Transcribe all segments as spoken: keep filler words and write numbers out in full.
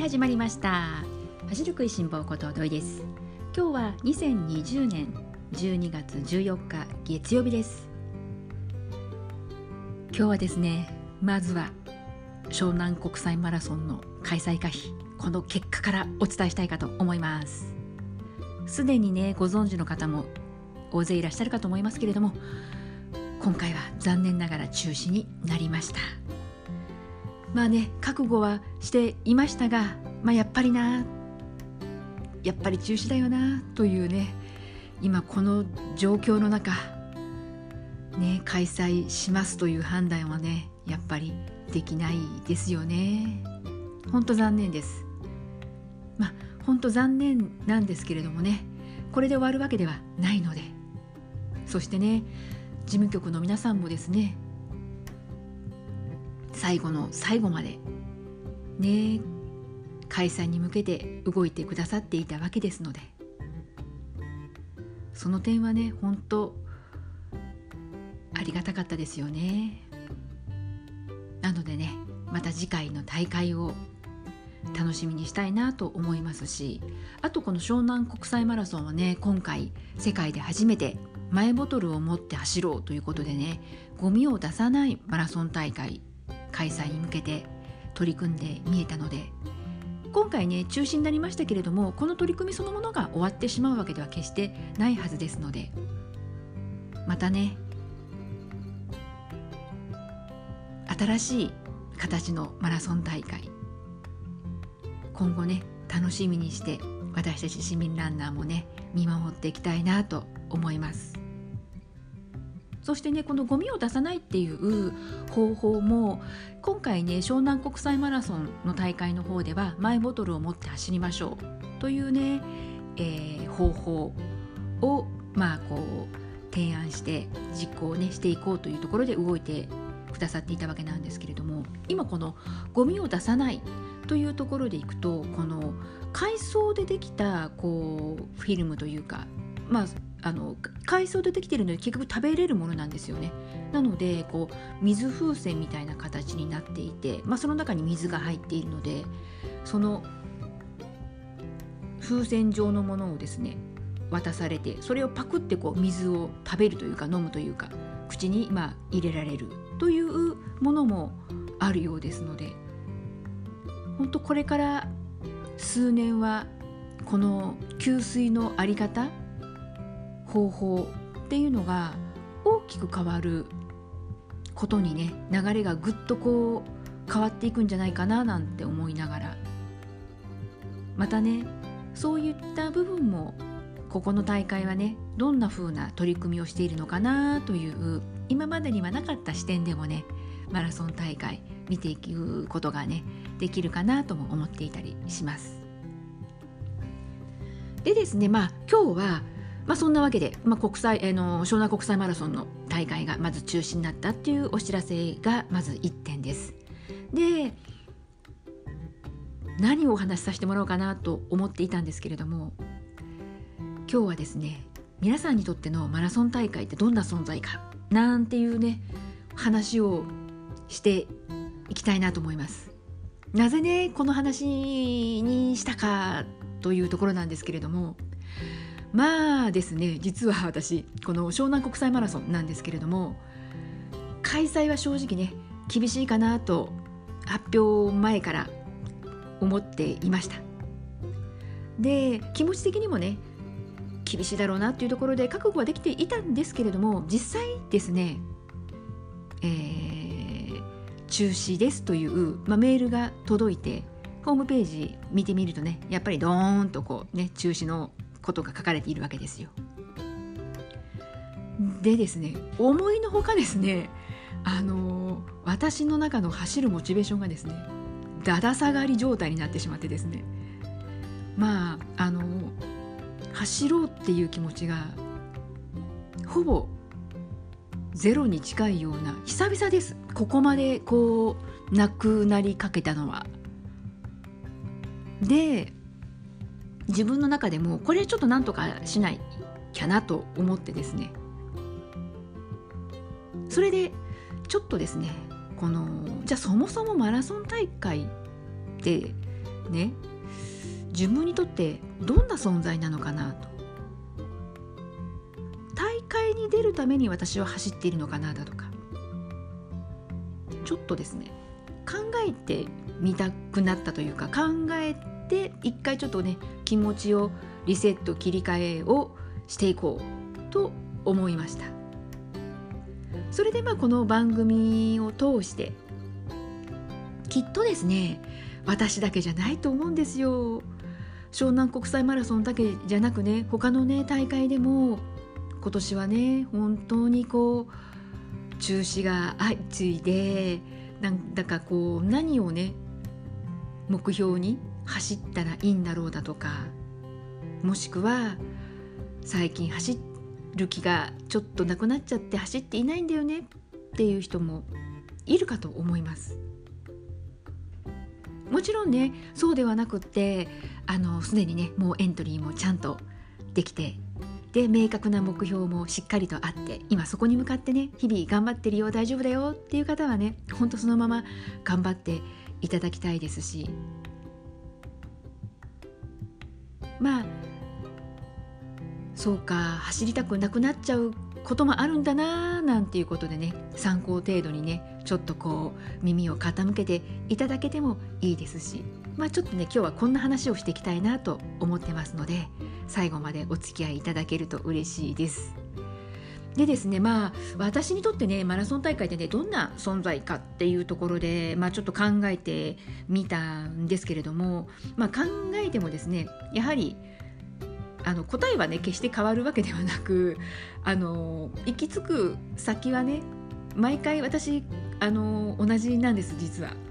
始まりました。走る食いしん坊こと土井です。今日はにせんにじゅうねんじゅうにがつじゅうよっか月曜日です。今日はですね、まずは湘南国際マラソンの開催可否、この結果からお伝えしたいかと思います。すでにねご存知の方も大勢いらっしゃるかと思いますけれども、今回は残念ながら中止になりました。まあね、覚悟はしていましたが、まあ、やっぱりなやっぱり中止だよなというね、今この状況の中ね、開催しますという判断はねやっぱりできないですよね。本当残念です。まあ本当残念なんですけれどもね、これで終わるわけではないので、そしてね事務局の皆さんもですね、最後の最後までね開催に向けて動いてくださっていたわけですので、その点はね本当ありがたかったですよね。なのでね、また次回の大会を楽しみにしたいなと思いますし、あとこの湘南国際マラソンはね、今回世界で初めてマイボトルを持って走ろうということでね、ゴミを出さないマラソン大会開催に向けて取り組んで見えたので、今回ね中止になりましたけれども、この取り組みそのものが終わってしまうわけでは決してないはずですので、またね新しい形のマラソン大会、今後ね楽しみにして私たち市民ランナーもね見守っていきたいなと思います。そしてね、このゴミを出さないっていう方法も今回ね湘南国際マラソンの大会の方ではマイボトルを持って走りましょうというね、えー、方法をまあこう提案して実行ねしていこうというところで動いてくださっていたわけなんですけれども、今このゴミを出さないというところでいくと、この海藻でできたこうフィルムというか、まああの海藻でできているので結局食べれるものなんですよね。なのでこう水風船みたいな形になっていて、まあ、その中に水が入っているので、その風船状のものをですね渡されて、それをパクってこう水を食べるというか飲むというか口にまあ入れられるというものもあるようですので、本当これから数年はこの給水のあり方方法っていうのが大きく変わることにね、流れがぐっとこう変わっていくんじゃないかななんて思いながら、またねそういった部分もここの大会はねどんな風な取り組みをしているのかなという、今までにはなかった視点でもねマラソン大会見ていくことがねできるかなとも思っていたりします。でですね、まあ今日はまあ、そんなわけで、まあ、国際、えー、の湘南国際マラソンの大会がまず中止になったっていうお知らせがまずいってんです。で、何をお話しさせてもらおうかなと思っていたんですけれども、今日はですね、皆さんにとってのマラソン大会ってどんな存在かなんていうね話をしていきたいなと思います。なぜねこの話にしたかというところなんですけれども、まあですね、実は私この湘南国際マラソンなんですけれども、開催は正直ね厳しいかなと発表前から思っていました。で、気持ち的にもね厳しいだろうなっていうところで覚悟はできていたんですけれども、実際ですね、えー、中止ですという、まあ、メールが届いて、ホームページ見てみるとね、やっぱりドーンとこうね中止のことが書かれているわけですよ。でですね、思いのほかですね、あの私の中の走るモチベーションがですねだだ下がり状態になってしまってですね、まああの走ろうっていう気持ちがほぼゼロに近いような、久々です。ここまでこうなくなりかけたのは。で、自分の中でもこれちょっとなんとかしないきゃなと思ってですね、それでちょっとですね、このじゃあそもそもマラソン大会ってね、自分にとってどんな存在なのかなと、大会に出るために私は走っているのかなだとか、ちょっとですね考えてみたくなったというか、考えて一回ちょっとね気持ちをリセット切り替えをしていこうと思いました。それでまあこの番組を通してきっとですね、私だけじゃないと思うんですよ。湘南国際マラソンだけじゃなくね、他のね大会でも今年はね本当にこう中止が相次いで、なんだかこう何をね目標に走ったらいいんだろうだとか、もしくは最近走る気がちょっとなくなっちゃって走っていないんだよねっていう人もいるかと思います。もちろんねそうではなくって、あのすでにねもうエントリーもちゃんとできて、で明確な目標もしっかりとあって、今そこに向かってね日々頑張ってるよ、大丈夫だよっていう方はね本当そのまま頑張っていただきたいですし、まあそうか走りたくなくなっちゃうこともあるんだななんていうことでね、参考程度にねちょっとこう耳を傾けていただけてもいいですし、まあちょっとね今日はこんな話をしていきたいなと思ってますので、最後までお付き合いいただけると嬉しいです。でですね、まあ私にとってねマラソン大会ってねどんな存在かっていうところで、まあちょっと考えてみたんですけれども、まあ考えてもですね、やはりあの答えはね決して変わるわけではなく、あの行き着く先はね毎回私あの同じなんです。実は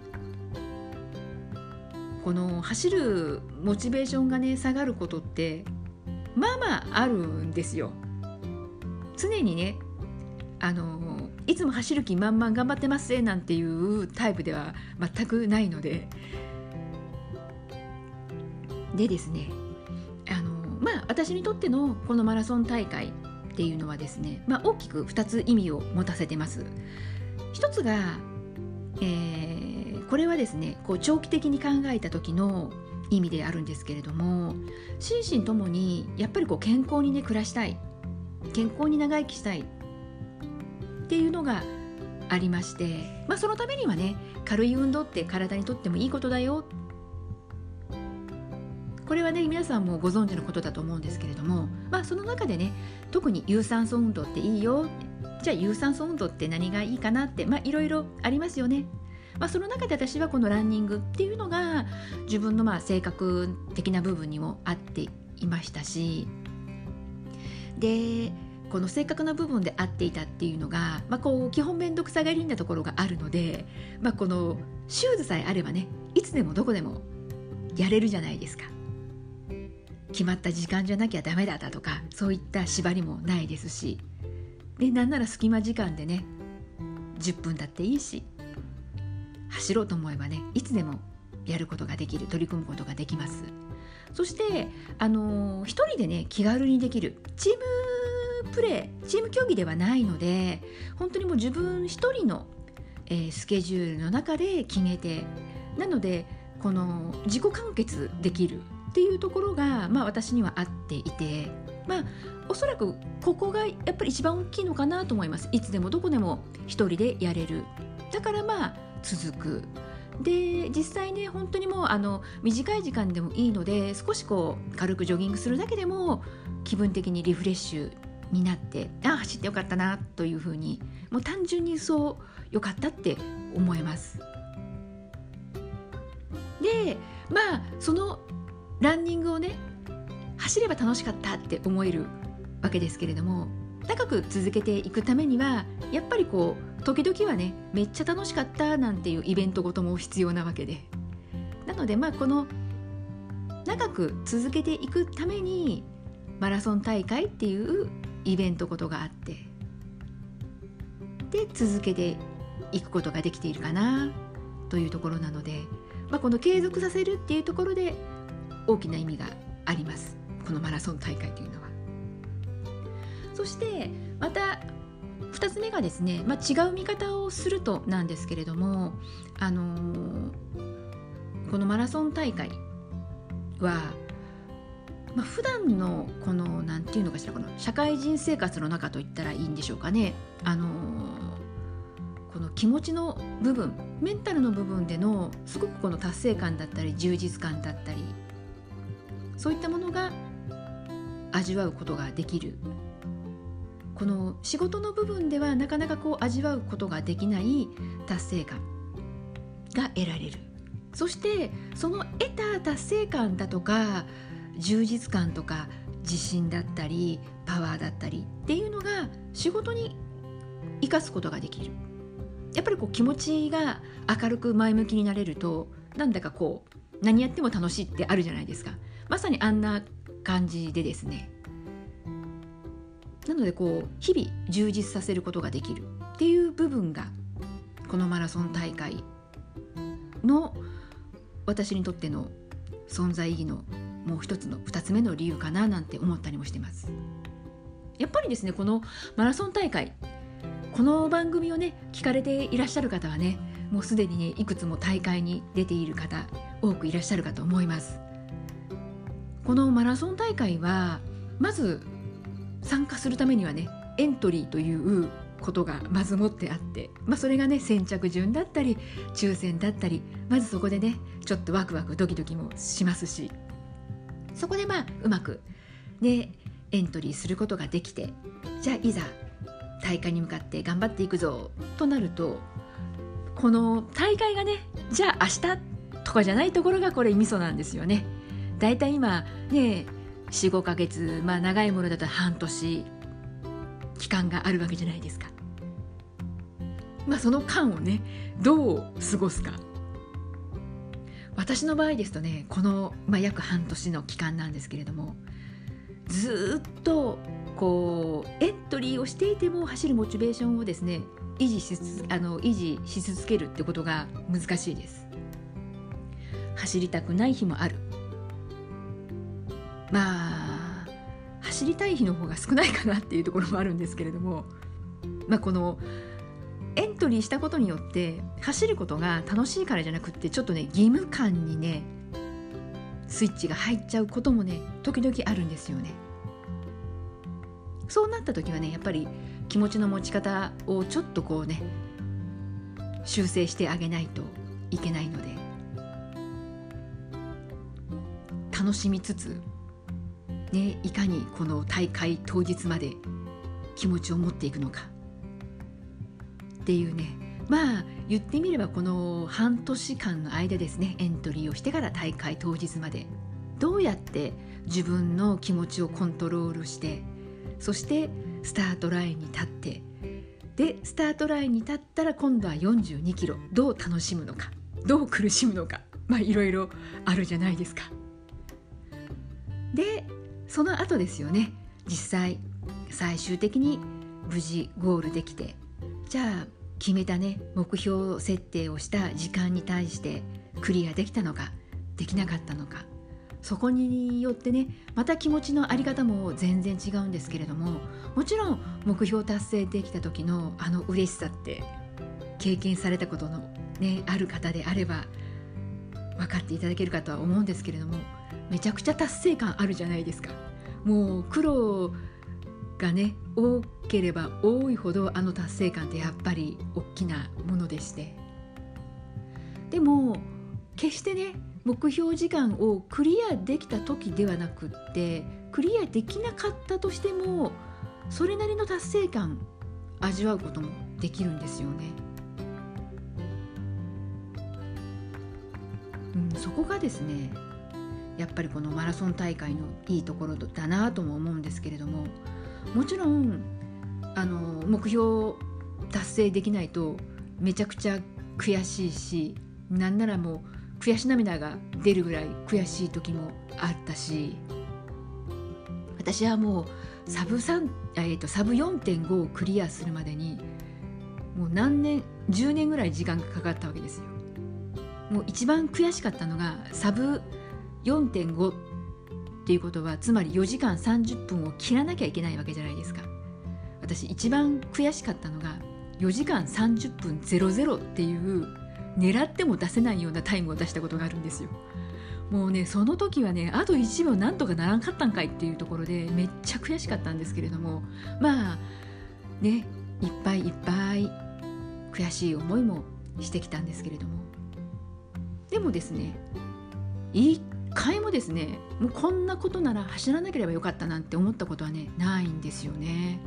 この走るモチベーションがね下がることってまあまああるんですよ。常にねあのいつも走る気満々頑張ってますねなんていうタイプでは全くないので、でですねあのまあ私にとってのこのマラソン大会っていうのはですね、まあ、大きくふたつ意味を持たせてます。一つが、えー、これはですねこう長期的に考えた時の意味であるんですけれども、心身ともにやっぱりこう健康にね暮らしたい、健康に長生きしたいっていうのがありまして、まあ、そのためにはね軽い運動って体にとってもいいことだよ、これはね皆さんもご存知のことだと思うんですけれども、まあ、その中でね特に有酸素運動っていいよ、じゃあ有酸素運動って何がいいかなって、まあ、いろいろありますよね。まあ、その中で私はこのランニングっていうのが自分のまあ性格的な部分にも合っていましたし、でこの正確な部分で合っていたっていうのが、まあ、こう基本面倒くさがりなところがあるので、まあ、このシューズさえあればねいつでもどこでもやれるじゃないですか。決まった時間じゃなきゃダメだだとかそういった縛りもないですし、でなんなら隙間時間でねじゅっぷんだっていいし、走ろうと思えばねいつでもやることができる、取り組むことができます。そしてあのー、一人でね気軽にできるチームプレー、チーム競技ではないので、本当にもう自分一人の、えー、スケジュールの中で決めて、なのでこの自己完結できるっていうところが、まあ、私には合っていて、まあ、おそらくここがやっぱり一番大きいのかなと思います。いつでもどこでも一人でやれる、だからまあ続く。で実際ね本当にもうあの短い時間でもいいので、少しこう軽くジョギングするだけでも気分的にリフレッシュになって、あ走ってよかったなというふうに、もう単純にそうよかったって思えます。でまあそのランニングをね走れば楽しかったって思えるわけですけれども、長く続けていくためにはやっぱりこう時々はねめっちゃ楽しかったなんていうイベントごとも必要なわけで、なのでまあこの長く続けていくためにマラソン大会っていうイベントごとがあって、で続けていくことができているかなというところなので、まあ、この継続させるっていうところで大きな意味があります、このマラソン大会というのは。そしてまたふたつめがですね、まあ、違う見方をするとなんですけれども、あのー、 このマラソン大会は、まあ、普段のこのなんていうのかしら、この社会人生活の中といったらいいんでしょうかね、あのー、この気持ちの部分、メンタルの部分でのすごくこの達成感だったり充実感だったり、そういったものが味わうことができる。この仕事の部分ではなかなかこう味わうことができない達成感が得られる。そしてその得た達成感だとか充実感とか自信だったりパワーだったりっていうのが仕事に生かすことができる。やっぱりこう気持ちが明るく前向きになれると、なんだかこう何やっても楽しいってあるじゃないですか。まさにあんな感じでですね、なのでこう日々充実させることができるっていう部分がこのマラソン大会の私にとっての存在意義のもう一つの二つ目の理由かななんて思ったりもしてます。やっぱりですね、このマラソン大会、この番組をね聞かれていらっしゃる方はね、もうすでにねいくつも大会に出ている方多くいらっしゃるかと思います。このマラソン大会はまず参加するためにはねエントリーということがまず持ってあって、まあ、それがね先着順だったり抽選だったり、まずそこでねちょっとワクワクドキドキもしますし、そこでまあうまくねエントリーすることができて、じゃあいざ大会に向かって頑張っていくぞとなると、この大会がねじゃあ明日とかじゃないところがこれミソなんですよね。だいたい今ねよん、ごかげつ、まあ長いものだと半年期間があるわけじゃないですか。まあその間をねどう過ごすか。私の場合ですとね、この、まあ、約半年の期間なんですけれども、ずっとこうエントリーをしていても走るモチベーションをですね維持しつあの維持し続けるってことが難しいです。走りたくない日もある。まあ走りたい日の方が少ないかなっていうところもあるんですけれども、まあ、このエントリーしたことによって走ることが楽しいからじゃなくって、ちょっとね義務感にねスイッチが入っちゃうこともね時々あるんですよね。そうなった時はねやっぱり気持ちの持ち方をちょっとこうね修正してあげないといけないので、楽しみつつね、いかにこの大会当日まで気持ちを持っていくのかっていうね、まあ言ってみればこの半年間の間ですね、エントリーをしてから大会当日までどうやって自分の気持ちをコントロールして、そしてスタートラインに立って、でスタートラインに立ったら今度はよんじゅうにキロどう楽しむのか、どう苦しむのか、まあいろいろあるじゃないですか。でその後ですよね、実際最終的に無事ゴールできて、じゃあ決めたね目標設定をした時間に対してクリアできたのかできなかったのか、そこによってねまた気持ちのあり方も全然違うんですけれども、もちろん目標達成できた時のあの嬉しさって経験されたことの、ね、ある方であれば分かっていただけるかとは思うんですけれども、めちゃくちゃ達成感あるじゃないですか。もう苦労がね多ければ多いほどあの達成感ってやっぱり大きなものでして、でも決してね目標時間をクリアできた時ではなくって、クリアできなかったとしてもそれなりの達成感味わうこともできるんですよね。うん、そこがですねやっぱりこのマラソン大会のいいところだなとも思うんですけれども、もちろんあの目標達成できないとめちゃくちゃ悔しいし、なんならもう悔し涙が出るぐらい悔しい時もあったし、私はもうサブ3、えーと、サブ よんてんご をクリアするまでにもう何年じゅうねんぐらい時間がかかったわけですよ。もう一番悔しかったのがサブ よんてんご っていうことは、つまりよじかんさんじゅっぷんを切らなきゃいけないわけじゃないですか。私一番悔しかったのがよじかんさんじゅっぷんゼロゼロっていう狙っても出せないようなタイムを出したことがあるんですよ。もうねその時はねあといちびょうなんとかならんかったんかいっていうところでめっちゃ悔しかったんですけれども、まあねいっぱいいっぱい悔しい思いもしてきたんですけれども、でもですね一回もですねもうこんなことなら走らなければよかったなんて思ったことはねないんですよね。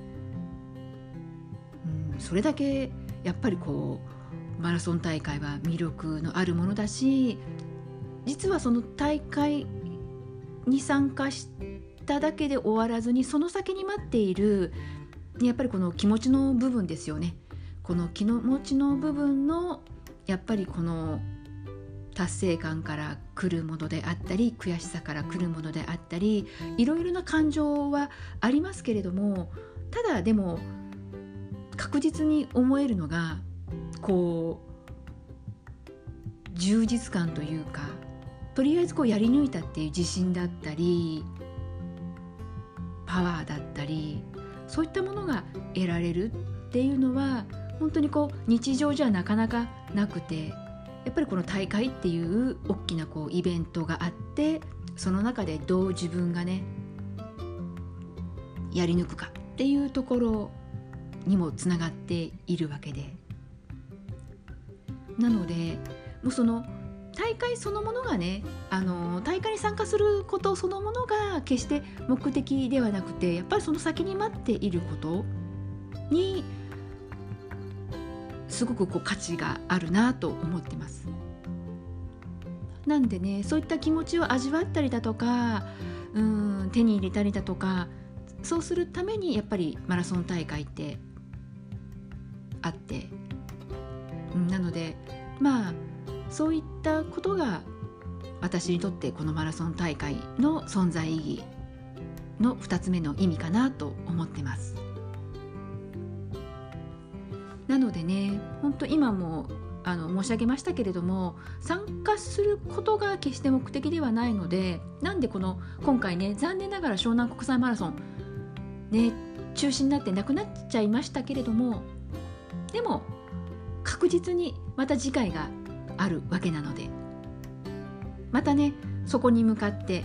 うん、それだけやっぱりこうマラソン大会は魅力のあるものだし、実はその大会に参加しただけで終わらずにその先に待っているやっぱりこの気持ちの部分ですよね。この気持ちの部分のやっぱりこの達成感から来るものであったり悔しさから来るものであったりいろいろな感情はありますけれども、ただでも確実に思えるのがこう充実感というか、とりあえずこうやり抜いたっていう自信だったりパワーだったりそういったものが得られるっていうのは本当にこう日常じゃなかなかなくて、やっぱりこの大会っていう大きなこうイベントがあって、その中でどう自分がねやり抜くかっていうところにもつながっているわけで、なのでもうその大会そのものがねあの大会に参加することそのものが決して目的ではなくて、やっぱりその先に待っていることにすごくこう価値があるなと思ってます。なんでねそういった気持ちを味わったりだとかうん手に入れたりだとか、そうするためにやっぱりマラソン大会ってあって、なのでまあそういったことが私にとってこのマラソン大会の存在意義のふたつめの意味かなと思ってます。なのでね本当今もあの申し上げましたけれども、参加することが決して目的ではないので、なんでこの今回ね残念ながら湘南国際マラソンね中止になってなくなっちゃいましたけれども、でも確実にまた次回があるわけなので、またねそこに向かって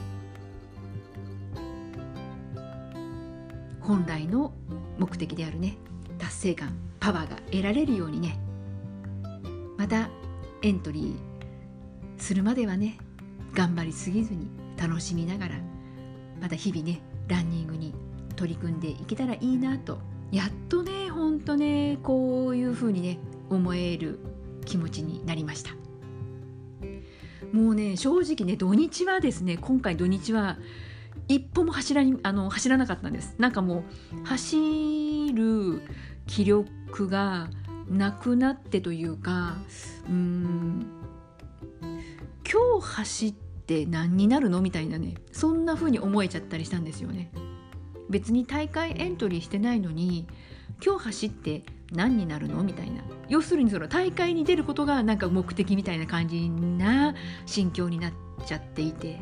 本来の目的であるね達成感パワーが得られるようにね、またエントリーするまではね頑張りすぎずに楽しみながら、また日々ねランニングに取り組んでいけたらいいなと、やっとねほんとねこういう風にね思える気持ちになりました。もうね正直ね土日はですね今回土日は一歩も走らにあの走らなかったんです。なんかもう走る気力がなくなってというか、うーん今日走って何になるのみたいなね、そんな風に思えちゃったりしたんですよね。別に大会エントリーしてないのに今日走って何になるのみたいな、要するにその大会に出ることがなんか目的みたいな感じな心境になっちゃっていて、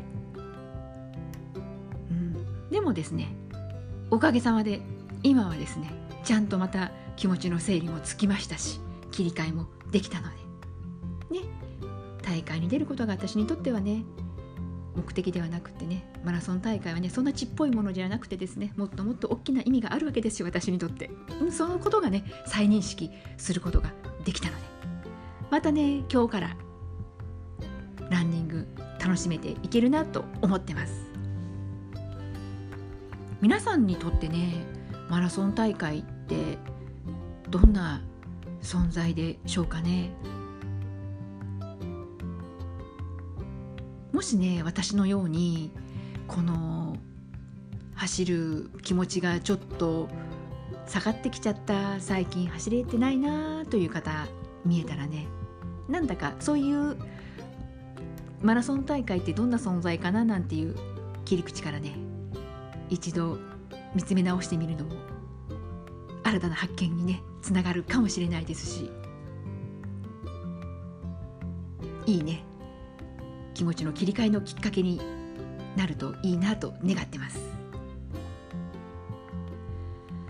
うん、でもですねおかげさまで今はですねちゃんとまた気持ちの整理もつきましたし、切り替えもできたのでね、大会に出ることが私にとってはね目的ではなくてね、マラソン大会はねそんなちっぽいものじゃなくてですね、もっともっと大きな意味があるわけですよ私にとって。そのことがね再認識することができたので、またね今日からランニング楽しめていけるなと思ってます。皆さんにとってねマラソン大会ってどんな存在でしょうかね。もしね私のようにこの走る気持ちがちょっと下がってきちゃった、最近走れてないなという方見えたらね、なんだかそういうマラソン大会ってどんな存在かななんていう切り口からね一度見つめ直してみるのも新たな発見にねつながるかもしれないですし、いいね気持ちの切り替えのきっかけになるといいなと願ってます。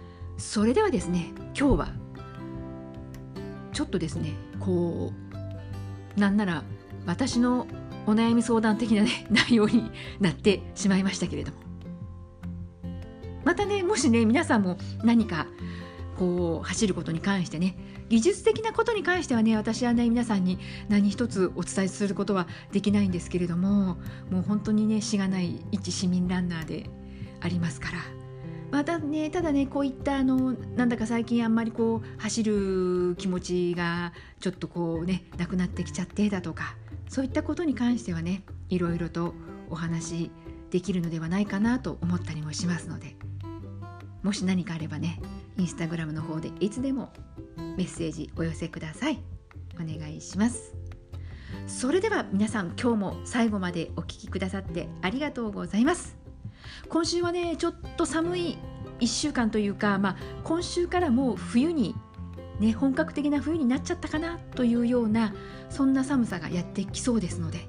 それではですね今日はちょっとですねこうなんなら私のお悩み相談的な、ね、内容になってしまいましたけれども、またね、もしね皆さんも何かこう走ることに関してね、技術的なことに関してはね、私はね皆さんに何一つお伝えすることはできないんですけれども、もう本当にねしがない一市民ランナーでありますから、またね、ただね、こういったあのなんだか最近あんまりこう走る気持ちがちょっとこうねなくなってきちゃってだとか、そういったことに関してはね、いろいろとお話できるのではないかなと思ったりもしますので、もし何かあればね、インスタグラムの方でいつでもメッセージお寄せください。お願いします。それでは皆さん、今日も最後までお聞きくださってありがとうございます。今週はねちょっと寒いいっしゅうかんというか、まあ、今週からもう冬に、ね、本格的な冬になっちゃったかなというような、そんな寒さがやってきそうですので、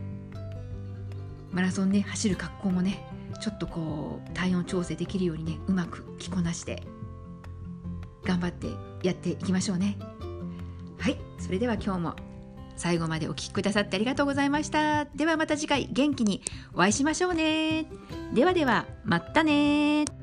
マラソンね走る格好もねちょっとこう体温調整できるようにねうまく着こなして頑張ってやっていきましょうね。はい、それでは今日も最後までお聞きくださってありがとうございました。ではまた次回元気にお会いしましょうね。ではではまたね。